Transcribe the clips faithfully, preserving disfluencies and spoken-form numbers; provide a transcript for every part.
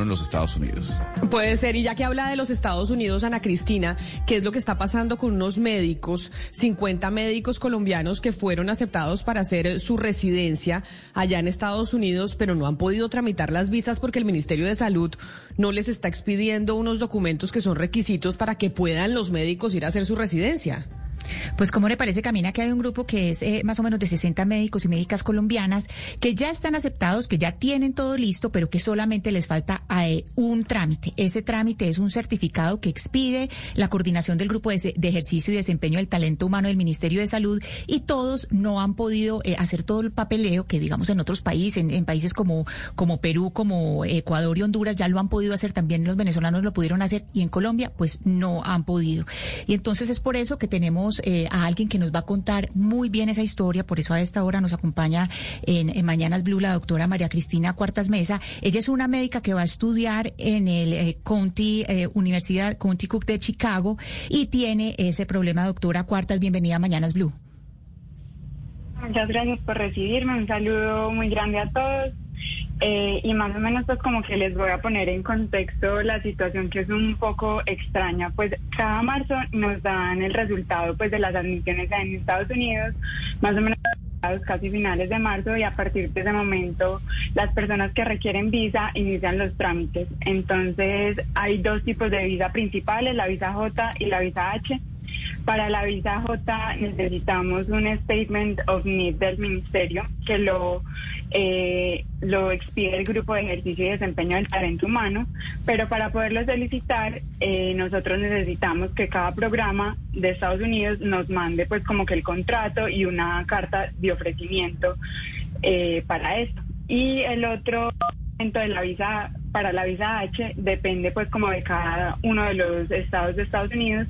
en los Estados Unidos. Puede ser, y ya que habla de los Estados Unidos, Ana Cristina, ¿qué es lo que está pasando con unos médicos, cincuenta médicos colombianos que fueron aceptados para hacer su residencia allá en Estados Unidos, pero no han podido tramitar las visas porque el Ministerio de Salud no les está expidiendo unos documentos que son requisitos para que puedan los médicos ir a hacer su residencia? Pues ¿cómo le parece, Camila, que hay un grupo que es eh, más o menos de sesenta médicos y médicas colombianas que ya están aceptados, que ya tienen todo listo, pero que solamente les falta eh, un trámite? Ese trámite es un certificado que expide la coordinación del Grupo de, de Ejercicio y Desempeño del Talento Humano del Ministerio de Salud, y todos no han podido eh, hacer todo el papeleo que, digamos, en otros países, en, en países como, como Perú, como Ecuador y Honduras ya lo han podido hacer, también los venezolanos lo pudieron hacer, y en Colombia pues no han podido. Y entonces es por eso que tenemos Eh, a alguien que nos va a contar muy bien esa historia. Por eso a esta hora nos acompaña en, en Mañanas Blue la doctora María Cristina Cuartas Mesa. Ella es una médica que va a estudiar en el eh, County eh, Universidad County Cook de Chicago y tiene ese problema. Doctora Cuartas, bienvenida a Mañanas Blue. Muchas gracias por recibirme, un saludo muy grande a todos. Eh, y más o menos pues como que les voy a poner en contexto la situación, que es un poco extraña. Pues cada marzo nos dan el resultado pues de las admisiones en Estados Unidos, más o menos casi finales de marzo, y a partir de ese momento las personas que requieren visa inician los trámites. Entonces hay dos tipos de visa principales, la visa J y la visa H. Para la visa J necesitamos un Statement of Need del Ministerio que lo eh, lo expide el Grupo de Ejercicio y Desempeño del Talento Humano, pero para poderlo solicitar eh, nosotros necesitamos que cada programa de Estados Unidos nos mande pues como que el contrato y una carta de ofrecimiento eh, para esto. Y el otro de la visa, para la visa H, depende pues como de cada uno de los estados de Estados Unidos.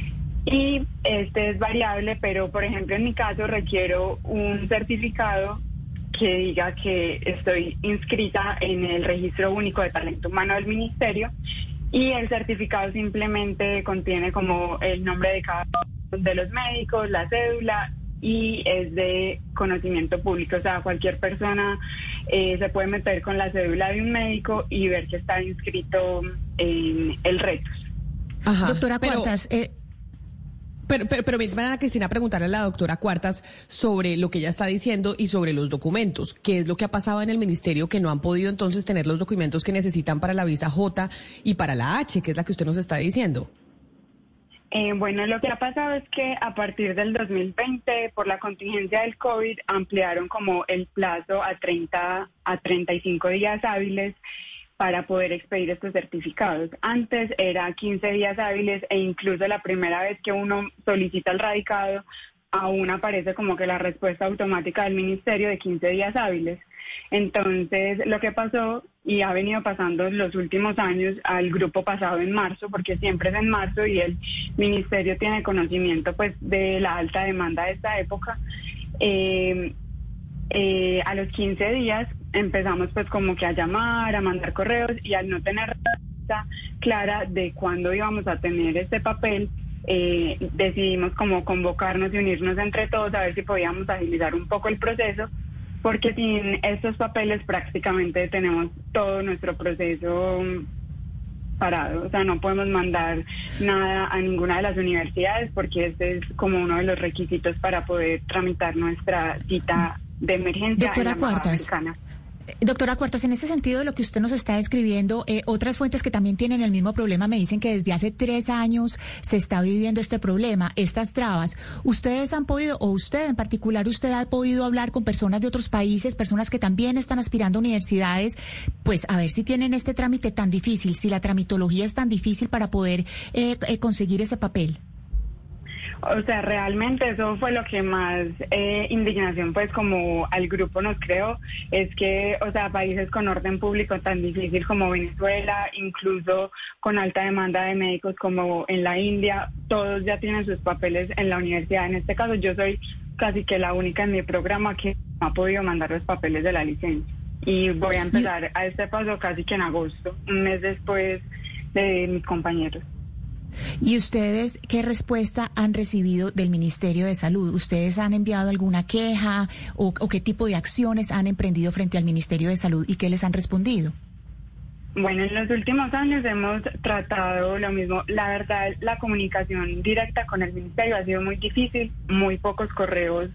Y este es variable, pero por ejemplo en mi caso requiero un certificado que diga que estoy inscrita en el Registro Único de Talento Humano del Ministerio, y el certificado simplemente contiene como el nombre de cada uno de los médicos, la cédula, y es de conocimiento público. O sea, cualquier persona eh, se puede meter con la cédula de un médico y ver que está inscrito en el RETOS. Ajá, doctora Cuartas, pero... eh, Pero, pero, pero me van a Cristina preguntarle a la doctora Cuartas sobre lo que ella está diciendo y sobre los documentos. ¿Qué es lo que ha pasado en el ministerio que no han podido entonces tener los documentos que necesitan para la visa J y para la H, que es la que usted nos está diciendo? Eh, bueno, lo que ha pasado es que a partir del dos mil veinte, por la contingencia del COVID, ampliaron como el plazo a treinta a treinta y cinco días hábiles para poder expedir estos certificados. Antes era quince días hábiles, e incluso la primera vez que uno solicita el radicado, aún aparece como que la respuesta automática del ministerio de quince días hábiles. Entonces, lo que pasó, y ha venido pasando en los últimos años, al grupo pasado en marzo, porque siempre es en marzo y el ministerio tiene conocimiento pues de la alta demanda de esta época, eh, eh, a los quince días empezamos pues como que a llamar, a mandar correos, y al no tener respuesta clara de cuándo íbamos a tener este papel, eh, decidimos como convocarnos y unirnos entre todos a ver si podíamos agilizar un poco el proceso, porque sin estos papeles prácticamente tenemos todo nuestro proceso parado. O sea, no podemos mandar nada a ninguna de las universidades porque este es como uno de los requisitos para poder tramitar nuestra cita de emergencia. Doctora Cuartas. Doctora Cuartas, en este sentido de lo que usted nos está describiendo, eh, otras fuentes que también tienen el mismo problema me dicen que desde hace tres años se está viviendo este problema, estas trabas. ¿Ustedes han podido, o usted en particular, usted ha podido hablar con personas de otros países, personas que también están aspirando a universidades, pues a ver si tienen este trámite tan difícil, si la tramitología es tan difícil para poder eh, eh, conseguir ese papel? O sea, realmente eso fue lo que más eh, indignación pues como al grupo nos creó, es que, o sea, países con orden público tan difícil como Venezuela, incluso con alta demanda de médicos como en la India, todos ya tienen sus papeles en la universidad. En este caso yo soy casi que la única en mi programa que no ha podido mandar los papeles de la licencia, y voy a empezar a este paso casi que en agosto, un mes después de mis compañeros. ¿Y ustedes qué respuesta han recibido del Ministerio de Salud? ¿Ustedes han enviado alguna queja o, o qué tipo de acciones han emprendido frente al Ministerio de Salud y qué les han respondido? Bueno, en los últimos años hemos tratado lo mismo. La verdad, la comunicación directa con el ministerio ha sido muy difícil. Muy pocos correos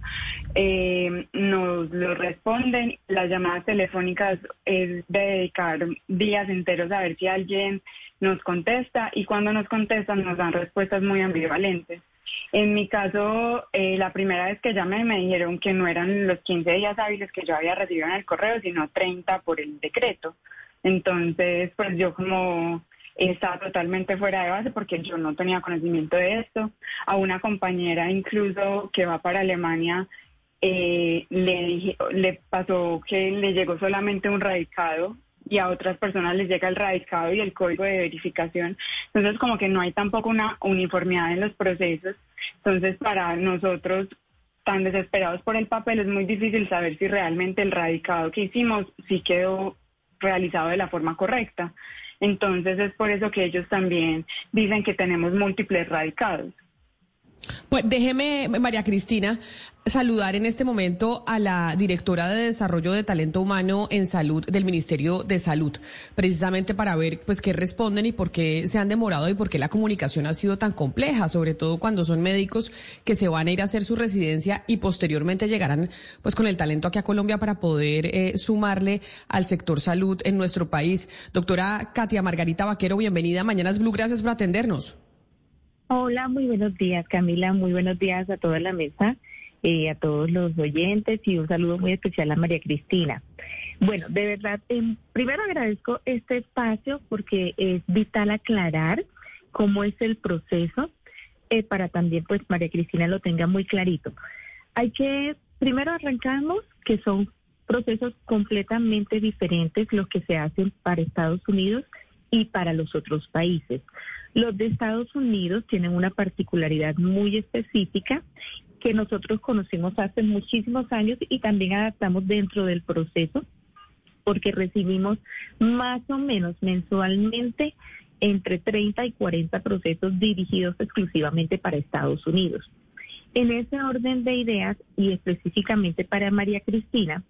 eh, nos lo responden. Las llamadas telefónicas es de dedicar días enteros a ver si alguien nos contesta, y cuando nos contestan nos dan respuestas muy ambivalentes. En mi caso, eh, la primera vez que llamé me dijeron que no eran los quince días hábiles que yo había recibido en el correo, sino treinta por el decreto. Entonces, pues yo como estaba totalmente fuera de base porque yo no tenía conocimiento de esto. A una compañera incluso que va para Alemania eh, le, dije, le pasó que le llegó solamente un radicado, y a otras personas les llega el radicado y el código de verificación. Entonces, como que no hay tampoco una uniformidad en los procesos. Entonces, para nosotros, tan desesperados por el papel, es muy difícil saber si realmente el radicado que hicimos sí quedó realizado de la forma correcta. Entonces es por eso que ellos también dicen que tenemos múltiples radicados. Pues déjeme, María Cristina, saludar en este momento a la directora de Desarrollo de Talento Humano en Salud del Ministerio de Salud, precisamente para ver pues qué responden y por qué se han demorado y por qué la comunicación ha sido tan compleja, sobre todo cuando son médicos que se van a ir a hacer su residencia y posteriormente llegarán pues con el talento aquí a Colombia para poder eh, sumarle al sector salud en nuestro país. Doctora Katia Margarita Vaquero, bienvenida a Mañanas Blue, gracias por atendernos. Hola, muy buenos días, Camila, muy buenos días a toda la mesa, eh, a todos los oyentes, y un saludo muy especial a María Cristina. Bueno, de verdad, eh, primero agradezco este espacio porque es vital aclarar cómo es el proceso, eh, para también pues María Cristina lo tenga muy clarito. Hay que, primero arrancamos que son procesos completamente diferentes los que se hacen para Estados Unidos y para los otros países. Los de Estados Unidos tienen una particularidad muy específica que nosotros conocimos hace muchísimos años y también adaptamos dentro del proceso, porque recibimos más o menos mensualmente entre treinta y cuarenta procesos dirigidos exclusivamente para Estados Unidos. En ese orden de ideas, y específicamente para María Cristina,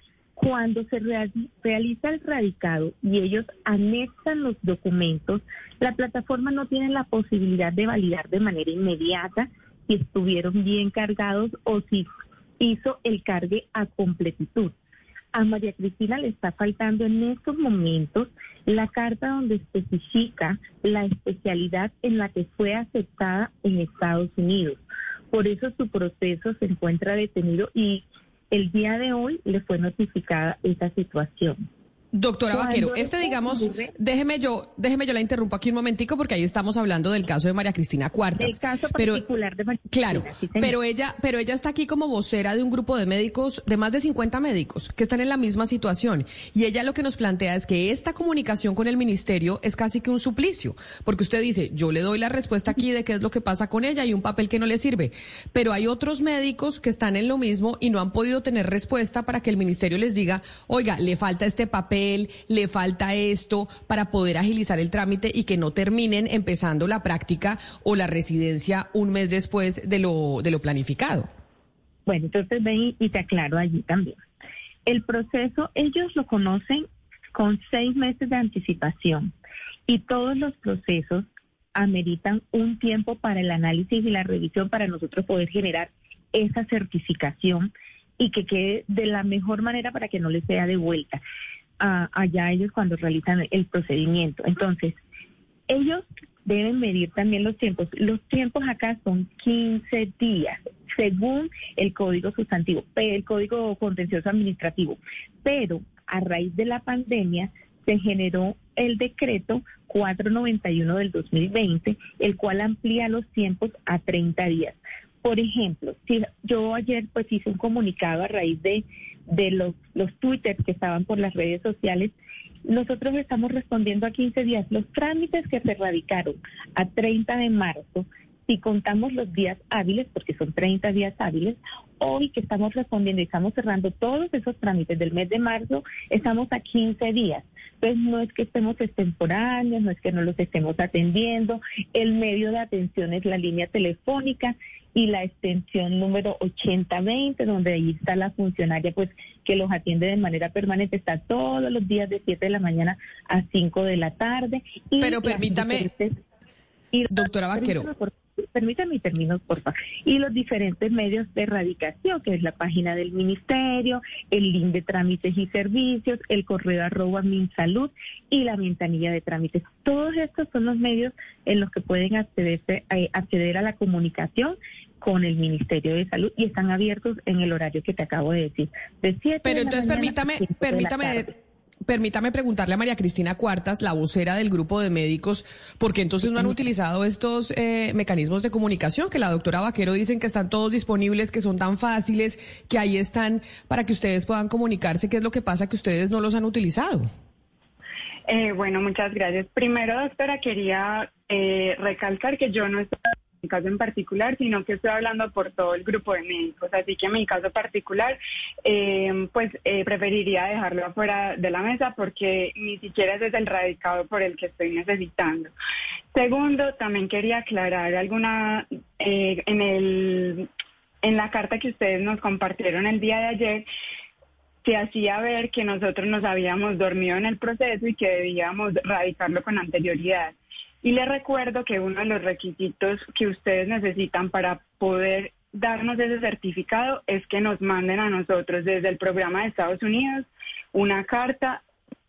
cuando se realiza el radicado y ellos anexan los documentos, la plataforma no tiene la posibilidad de validar de manera inmediata si estuvieron bien cargados o si hizo el cargue a completitud. A María Cristina le está faltando en estos momentos la carta donde especifica la especialidad en la que fue aceptada en Estados Unidos. Por eso su proceso se encuentra detenido y el día de hoy le fue notificada esa situación. Doctora Vaquero, este digamos, déjeme yo, déjeme yo la interrumpo aquí un momentico porque ahí estamos hablando del caso de María Cristina Cuartas. El caso pero, particular de María Cristina. Claro, sí, pero ella, pero ella está aquí como vocera de un grupo de médicos, de más de cincuenta médicos que están en la misma situación. Y ella lo que nos plantea es que esta comunicación con el ministerio es casi que un suplicio, porque usted dice, yo le doy la respuesta aquí de qué es lo que pasa con ella y un papel que no le sirve. Pero hay otros médicos que están en lo mismo y no han podido tener respuesta para que el ministerio les diga, oiga, le falta este papel, le falta esto para poder agilizar el trámite y que no terminen empezando la práctica o la residencia un mes después de lo, de lo planificado. Bueno, entonces ven y te aclaro allí también. El proceso, ellos lo conocen con seis meses de anticipación y todos los procesos ameritan un tiempo para el análisis y la revisión para nosotros poder generar esa certificación y que quede de la mejor manera para que no les sea devuelta a, allá ellos cuando realizan el procedimiento. Entonces, ellos deben medir también los tiempos. Los tiempos acá son quince días, según el Código Sustantivo, el Código Contencioso Administrativo. Pero a raíz de la pandemia se generó el decreto cuatrocientos noventa y uno del dos mil veinte, el cual amplía los tiempos a treinta días. Por ejemplo, si yo ayer pues hice un comunicado a raíz de, de los, los twitters que estaban por las redes sociales. Nosotros estamos respondiendo a quince días. Los trámites que se radicaron a treinta de marzo Si contamos los días hábiles, porque son treinta días hábiles, hoy que estamos respondiendo y estamos cerrando todos esos trámites del mes de marzo, estamos a quince días. Entonces no es que estemos extemporáneos, no es que no los estemos atendiendo. El medio de atención es la línea telefónica y la extensión número ochenta veinte, donde ahí está la funcionaria pues que los atiende de manera permanente, está todos los días de siete de la mañana a cinco de la tarde. Y Pero permítame, y, doctora Vaquero. Permítame terminar, por favor. Y los diferentes medios de erradicación, que es la página del ministerio, el link de trámites y servicios, el correo arroba Minsalud y la ventanilla de trámites. Todos estos son los medios en los que pueden accederse, eh, acceder a la comunicación con el Ministerio de Salud y están abiertos en el horario que te acabo de decir. De siete Pero de entonces la mañana permítame, a cinco permítame. de la tarde. Permítame preguntarle a María Cristina Cuartas, la vocera del grupo de médicos, ¿por qué entonces no han utilizado estos eh, mecanismos de comunicación que la doctora Vaquero dicen que están todos disponibles, que son tan fáciles, que ahí están para que ustedes puedan comunicarse? ¿Qué es lo que pasa que ustedes no los han utilizado? Eh, bueno, muchas gracias. Primero, doctora, quería eh, recalcar que yo no estoy en mi caso en particular, sino que estoy hablando por todo el grupo de médicos. Así que en mi caso particular, eh, pues eh, preferiría dejarlo afuera de la mesa porque ni siquiera ese es el radicado por el que estoy necesitando. Segundo, también quería aclarar alguna, eh, en el, en la carta que ustedes nos compartieron el día de ayer, se hacía ver que nosotros nos habíamos dormido en el proceso y que debíamos radicarlo con anterioridad. Y les recuerdo que uno de los requisitos que ustedes necesitan para poder darnos ese certificado es que nos manden a nosotros desde el programa de Estados Unidos una carta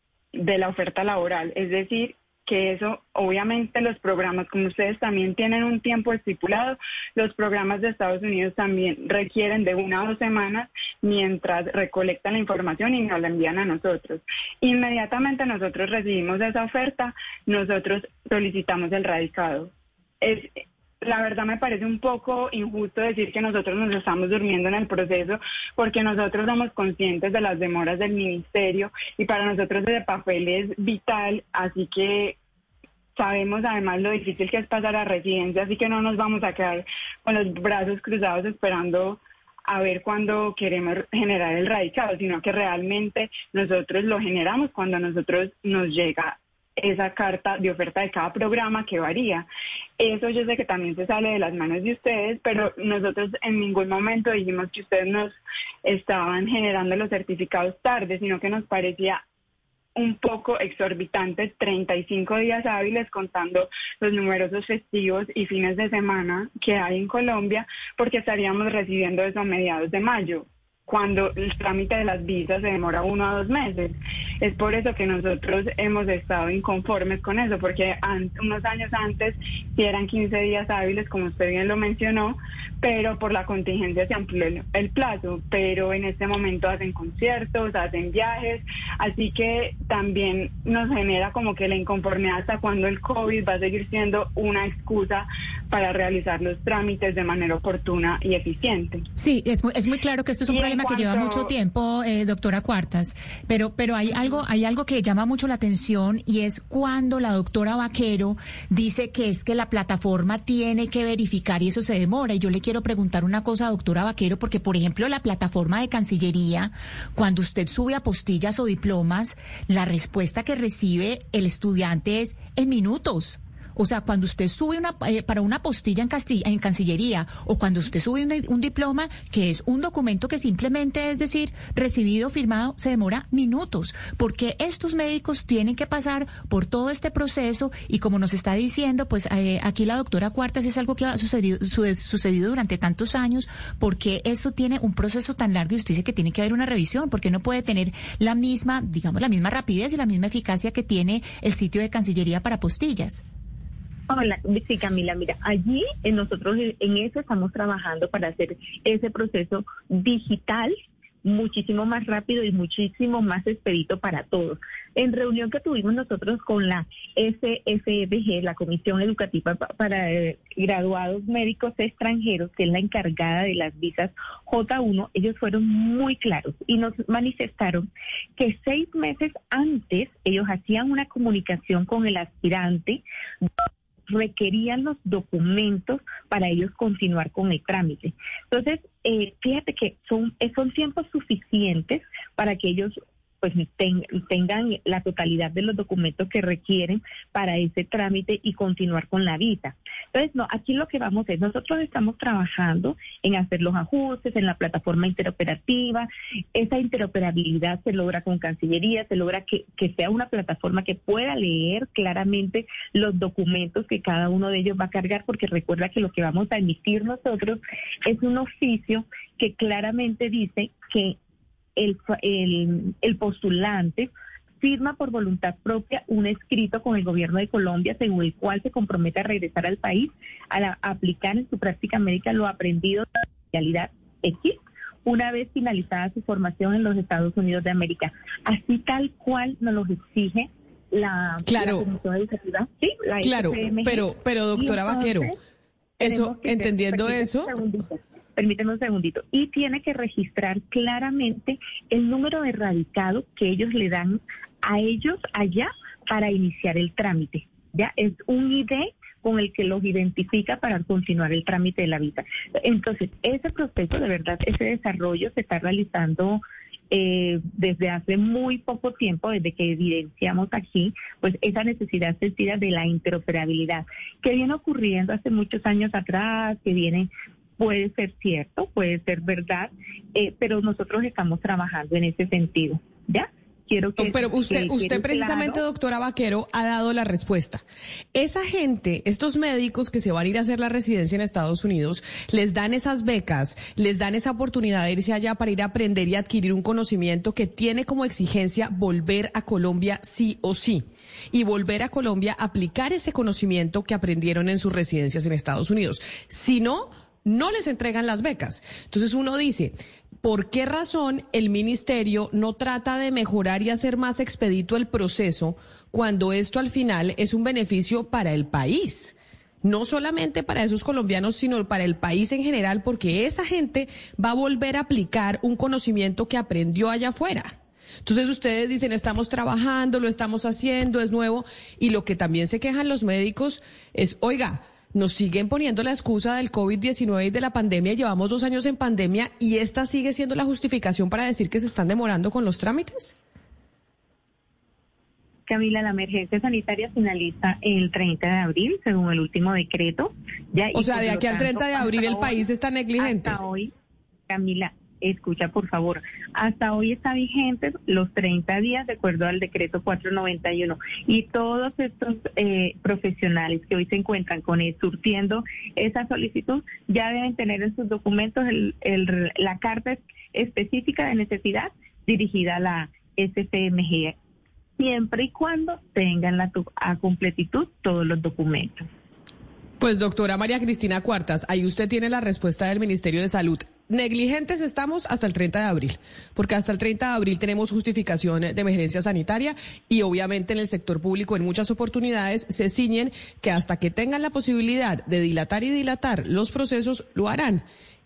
de la oferta laboral, es decir, que eso, obviamente los programas, como ustedes también tienen un tiempo estipulado, los programas de Estados Unidos también requieren de una o dos semanas mientras recolectan la información y nos la envían a nosotros. Inmediatamente nosotros recibimos esa oferta, nosotros solicitamos el radicado. Es, la verdad me parece un poco injusto decir que nosotros nos estamos durmiendo en el proceso porque nosotros somos conscientes de las demoras del ministerio y para nosotros ese papel es vital, así que sabemos además lo difícil que es pasar a residencia, así que no nos vamos a quedar con los brazos cruzados esperando a ver cuándo queremos generar el radicado, sino que realmente nosotros lo generamos cuando a nosotros nos llega esa carta de oferta de cada programa que varía. Eso yo sé que también se sale de las manos de ustedes, pero nosotros en ningún momento dijimos que ustedes nos estaban generando los certificados tarde, sino que nos parecía un poco exorbitante treinta y cinco días hábiles contando los numerosos festivos y fines de semana que hay en Colombia, porque estaríamos recibiendo eso a mediados de mayo, cuando el trámite de las visas se demora uno a dos meses. Es por eso que nosotros hemos estado inconformes con eso, porque an- unos años antes sí eran quince días hábiles, como usted bien lo mencionó, pero por la contingencia se amplió el, el plazo, pero en este momento hacen conciertos, hacen viajes, así que también nos genera como que la inconformidad hasta cuando el COVID va a seguir siendo una excusa para realizar los trámites de manera oportuna y eficiente. Sí, es muy, es muy claro que esto es un Y problema cuanto... que lleva mucho tiempo, eh, doctora Cuartas, pero pero hay algo hay algo que llama mucho la atención y es cuando la doctora Vaquero dice que es que la plataforma tiene que verificar y eso se demora. Y yo le quiero preguntar una cosa, doctora Vaquero, porque por ejemplo la plataforma de Cancillería, cuando usted sube apostillas o diplomas, la respuesta que recibe el estudiante es en minutos. O sea, cuando usted sube una eh, para una apostilla en, Castilla, en Cancillería o cuando usted sube un, un diploma, que es un documento que simplemente es decir, recibido, firmado, se demora minutos. Porque estos médicos tienen que pasar por todo este proceso y como nos está diciendo, pues eh, aquí la doctora Cuartas es algo que ha sucedido, su, sucedido durante tantos años, porque esto tiene un proceso tan largo y usted dice que tiene que haber una revisión, porque no puede tener la misma, digamos, la misma rapidez y la misma eficacia que tiene el sitio de Cancillería para apostillas. Hola, sí, Camila, mira, allí eh, nosotros en eso estamos trabajando para hacer ese proceso digital muchísimo más rápido y muchísimo más expedito para todos. En reunión que tuvimos nosotros con la S F B G, la Comisión Educativa para eh, Graduados Médicos Extranjeros, que es la encargada de las visas J uno, ellos fueron muy claros y nos manifestaron que seis meses antes ellos hacían una comunicación con el aspirante requerían los documentos para ellos continuar con el trámite. Entonces, eh, fíjate que son, son tiempos suficientes para que ellos pues ten, tengan la totalidad de los documentos que requieren para ese trámite y continuar con la visa. Entonces, no, aquí lo que vamos es, nosotros estamos trabajando en hacer los ajustes en la plataforma interoperativa. Esa interoperabilidad se logra con Cancillería, se logra que, que sea una plataforma que pueda leer claramente los documentos que cada uno de ellos va a cargar, porque recuerda que lo que vamos a emitir nosotros es un oficio que claramente dice que El, el, el postulante firma por voluntad propia un escrito con el gobierno de Colombia según el cual se compromete a regresar al país a, la, a aplicar en su práctica médica lo aprendido de la especialidad X una vez finalizada su formación en los Estados Unidos de América. Así tal cual nos lo exige la, claro. la Comisión Educativa. Sí, la claro, S P M G. pero, pero doctora entonces, Vaquero, eso, entendiendo eso... Permíteme un segundito. Y tiene que registrar claramente el número de radicado que ellos le dan a ellos allá para iniciar el trámite. Ya es un I D con el que los identifica para continuar el trámite de la visa. Entonces, ese proceso, de verdad, ese desarrollo se está realizando eh, desde hace muy poco tiempo, desde que evidenciamos aquí, pues esa necesidad sentida de la interoperabilidad, que viene ocurriendo hace muchos años atrás, que viene... Puede ser cierto, puede ser verdad, eh, pero nosotros estamos trabajando en ese sentido, ¿ya? Quiero que... Pero usted, que usted precisamente, claro. doctora Vaquero, ha dado la respuesta. Esa gente, estos médicos que se van a ir a hacer la residencia en Estados Unidos, les dan esas becas, les dan esa oportunidad de irse allá para ir a aprender y adquirir un conocimiento que tiene como exigencia volver a Colombia sí o sí. Y volver a Colombia a aplicar ese conocimiento que aprendieron en sus residencias en Estados Unidos. Si no... no les entregan las becas. Entonces uno dice, ¿por qué razón el ministerio no trata de mejorar y hacer más expedito el proceso cuando esto al final es un beneficio para el país? No solamente para esos colombianos, sino para el país en general, porque esa gente va a volver a aplicar un conocimiento que aprendió allá afuera. Entonces ustedes dicen, estamos trabajando, lo estamos haciendo, es nuevo, y lo que también se quejan los médicos es, oiga, nos siguen poniendo la excusa del COVID diecinueve y de la pandemia, llevamos dos años en pandemia y esta sigue siendo la justificación para decir que se están demorando con los trámites. Camila, la emergencia sanitaria finaliza el treinta de abril, según el último decreto. Ya, o sea, de aquí al treinta de abril el país está negligente. Hasta hoy, Camila, escucha por favor, hasta hoy está vigente los treinta días de acuerdo al decreto cuatrocientos noventa y uno y todos estos eh, profesionales que hoy se encuentran con él surtiendo esa solicitud ya deben tener en sus documentos el, el, la carta específica de necesidad dirigida a la S P M G, siempre y cuando tengan la, a completitud todos los documentos. Pues doctora María Cristina Cuartas, ahí usted tiene la respuesta del Ministerio de Salud. Negligentes estamos hasta el treinta de abril, porque hasta el treinta de abril tenemos justificación de emergencia sanitaria y obviamente en el sector público en muchas oportunidades se ciñen que hasta que tengan la posibilidad de dilatar y dilatar los procesos lo harán.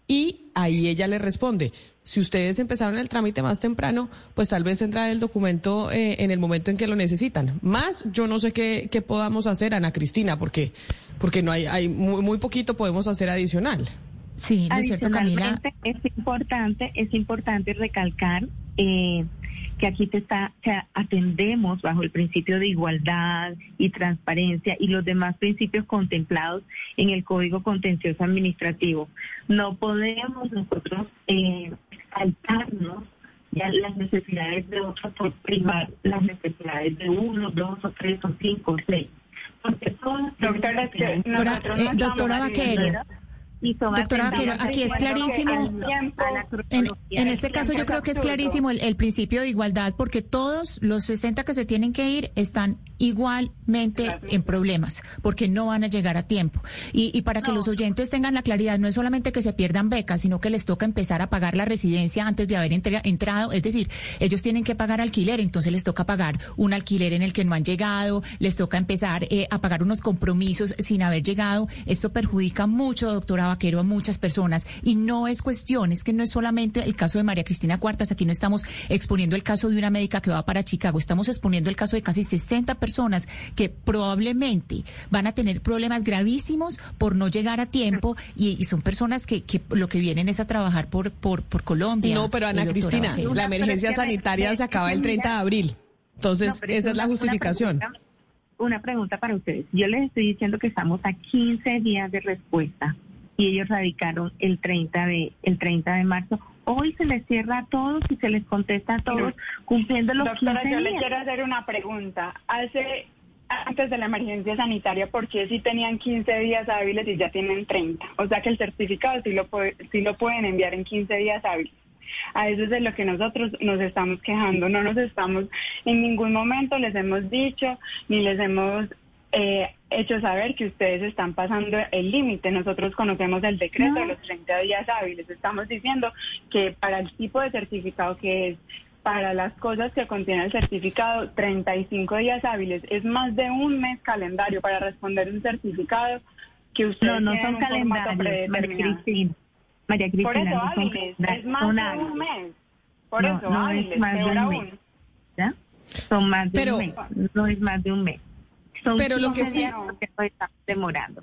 Y ahí ella le responde, si ustedes empezaron el trámite más temprano, pues tal vez entra el documento eh, en el momento en que lo necesitan. Más yo no sé qué, qué podamos hacer, Ana Cristina, porque porque no hay, hay muy, muy poquito podemos hacer adicional. Sí, ¿no es cierto, Camila? Es importante, es importante recalcar eh, que aquí se está, que atendemos bajo el principio de igualdad y transparencia y los demás principios contemplados en el Código Contencioso Administrativo. No podemos nosotros eh, saltarnos ya las necesidades de otros por primar las necesidades de uno, dos o tres o cinco o seis. Porque son doctora, que doctora, eh, doctora Vaquero. Doctora Vaquero, aquí es clarísimo, en, en este caso yo creo que es clarísimo el, el principio de igualdad, porque todos los sesenta que se tienen que ir están igualmente en problemas, porque no van a llegar a tiempo. Y, y para que los oyentes tengan la claridad, no es solamente que se pierdan becas, sino que les toca empezar a pagar la residencia antes de haber entre, entrado, es decir, ellos tienen que pagar alquiler, entonces les toca pagar un alquiler en el que no han llegado, les toca empezar eh, a pagar unos compromisos sin haber llegado. Esto perjudica mucho, doctora Vaquero, a muchas personas, y no es cuestión, es que no es solamente el caso de María Cristina Cuartas, aquí no estamos exponiendo el caso de una médica que va para Chicago, estamos exponiendo el caso de casi sesenta personas personas que probablemente van a tener problemas gravísimos por no llegar a tiempo y, y son personas que, que lo que vienen es a trabajar por, por, por Colombia. No, pero Ana Cristina, Vaquero. la emergencia sanitaria se acaba el treinta de abril. Entonces, no, esa es la justificación. Una pregunta, una pregunta para ustedes. Yo les estoy diciendo que estamos a quince días de respuesta y ellos radicaron el treinta de el treinta de marzo. Hoy se les cierra a todos y se les contesta a todos cumpliendo los Doctora, quince yo días. le quiero hacer una pregunta. Hace antes de la emergencia sanitaria, ¿por qué si tenían quince días hábiles y ya tienen treinta? O sea que el certificado sí lo, puede, sí lo pueden enviar en quince días hábiles. A eso es de lo que nosotros nos estamos quejando. No nos estamos, en ningún momento les hemos dicho, ni les hemos eh, hecho saber que ustedes están pasando el límite. Nosotros conocemos el decreto no. de los treinta días hábiles. Estamos diciendo que para el tipo de certificado que es, para las cosas que contiene el certificado, treinta y cinco días hábiles. Es más de un mes calendario para responder un certificado que ustedes no, no tienen son un formato calendarios, predeterminado. María Cristina, Por eso no hábiles, son, es más son de hábiles. un mes. Por no, eso no hábiles, es más de peor un aún. mes. ¿Ya? Son más de pero, un mes, no es más de un mes. Son pero lo que sí... días que nos estamos demorando.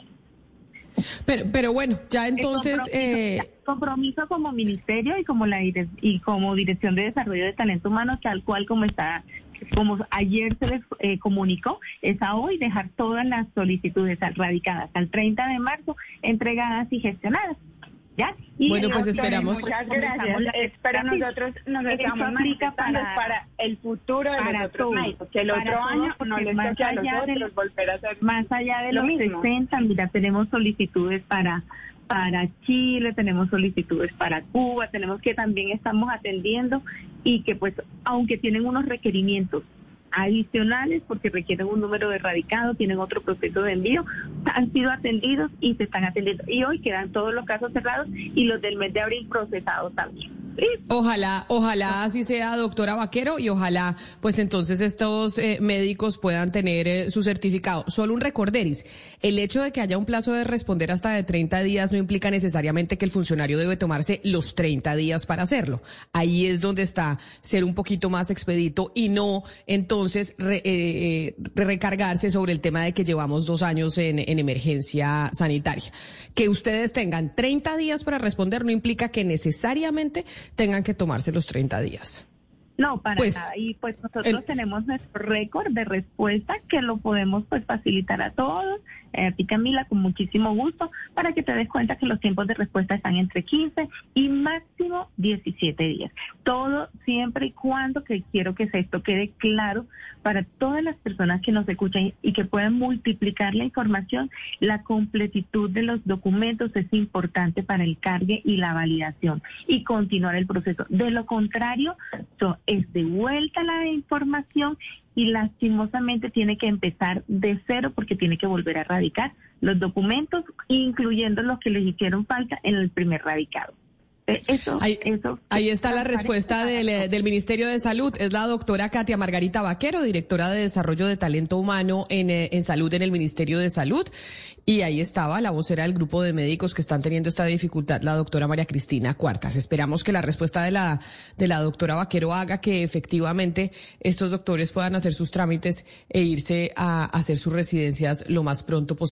Pero, pero bueno, ya entonces... El compromiso, eh... el compromiso como ministerio y como la dire- y como Dirección de Desarrollo de Talento Humano, tal cual como está, como ayer se les eh, comunicó, es a hoy dejar todas las solicitudes radicadas al treinta de marzo, entregadas y gestionadas. ¿Ya? Y bueno, pues esperamos. Muchas gracias. Pero nosotros nos estamos manifestando para, para el futuro de los otros médicos, que el otro año no les toque a los otros volver a hacer más allá de lo los mismo. sesenta, mira, tenemos solicitudes para para Chile, tenemos solicitudes para Cuba, tenemos que también estamos atendiendo y que pues, aunque tienen unos requerimientos adicionales porque requieren un número de radicado, tienen otro proceso de envío, han sido atendidos y se están atendiendo. Y hoy quedan todos los casos cerrados y los del mes de abril procesados también. ¿Sí? Ojalá, ojalá así sea, doctora Vaquero, y ojalá pues entonces estos eh, médicos puedan tener eh, su certificado. Solo un recorderis, el hecho de que haya un plazo de responder hasta de treinta días no implica necesariamente que el funcionario debe tomarse los treinta días para hacerlo. Ahí es donde está ser un poquito más expedito y no entonces re, eh, recargarse sobre el tema de que llevamos dos años en, en emergencia sanitaria. Que ustedes tengan treinta días para responder no implica que necesariamente tengan que tomarse los treinta días. No, para pues, nada. Y pues nosotros el... tenemos nuestro récord de respuesta que lo podemos pues facilitar a todos. Eh, a ti, Camila, con muchísimo gusto, para que te des cuenta que los tiempos de respuesta están entre quince y máximo diecisiete días. Todo siempre y cuando, que quiero que esto quede claro para todas las personas que nos escuchan y que puedan multiplicar la información, la completitud de los documentos es importante para el cargue y la validación y continuar el proceso. De lo contrario, so, es de vuelta la información y lastimosamente tiene que empezar de cero porque tiene que volver a radicar los documentos, incluyendo los que les hicieron falta en el primer radicado. Eso, ahí, eso, ahí está la respuesta del, del Ministerio de Salud. Es la doctora Katia Margarita Vaquero, directora de Desarrollo de Talento Humano en, en Salud en el Ministerio de Salud. Y ahí estaba la vocera del grupo de médicos que están teniendo esta dificultad, la doctora María Cristina Cuartas. Esperamos que la respuesta de la, de la doctora Vaquero haga que efectivamente estos doctores puedan hacer sus trámites e irse a hacer sus residencias lo más pronto posible.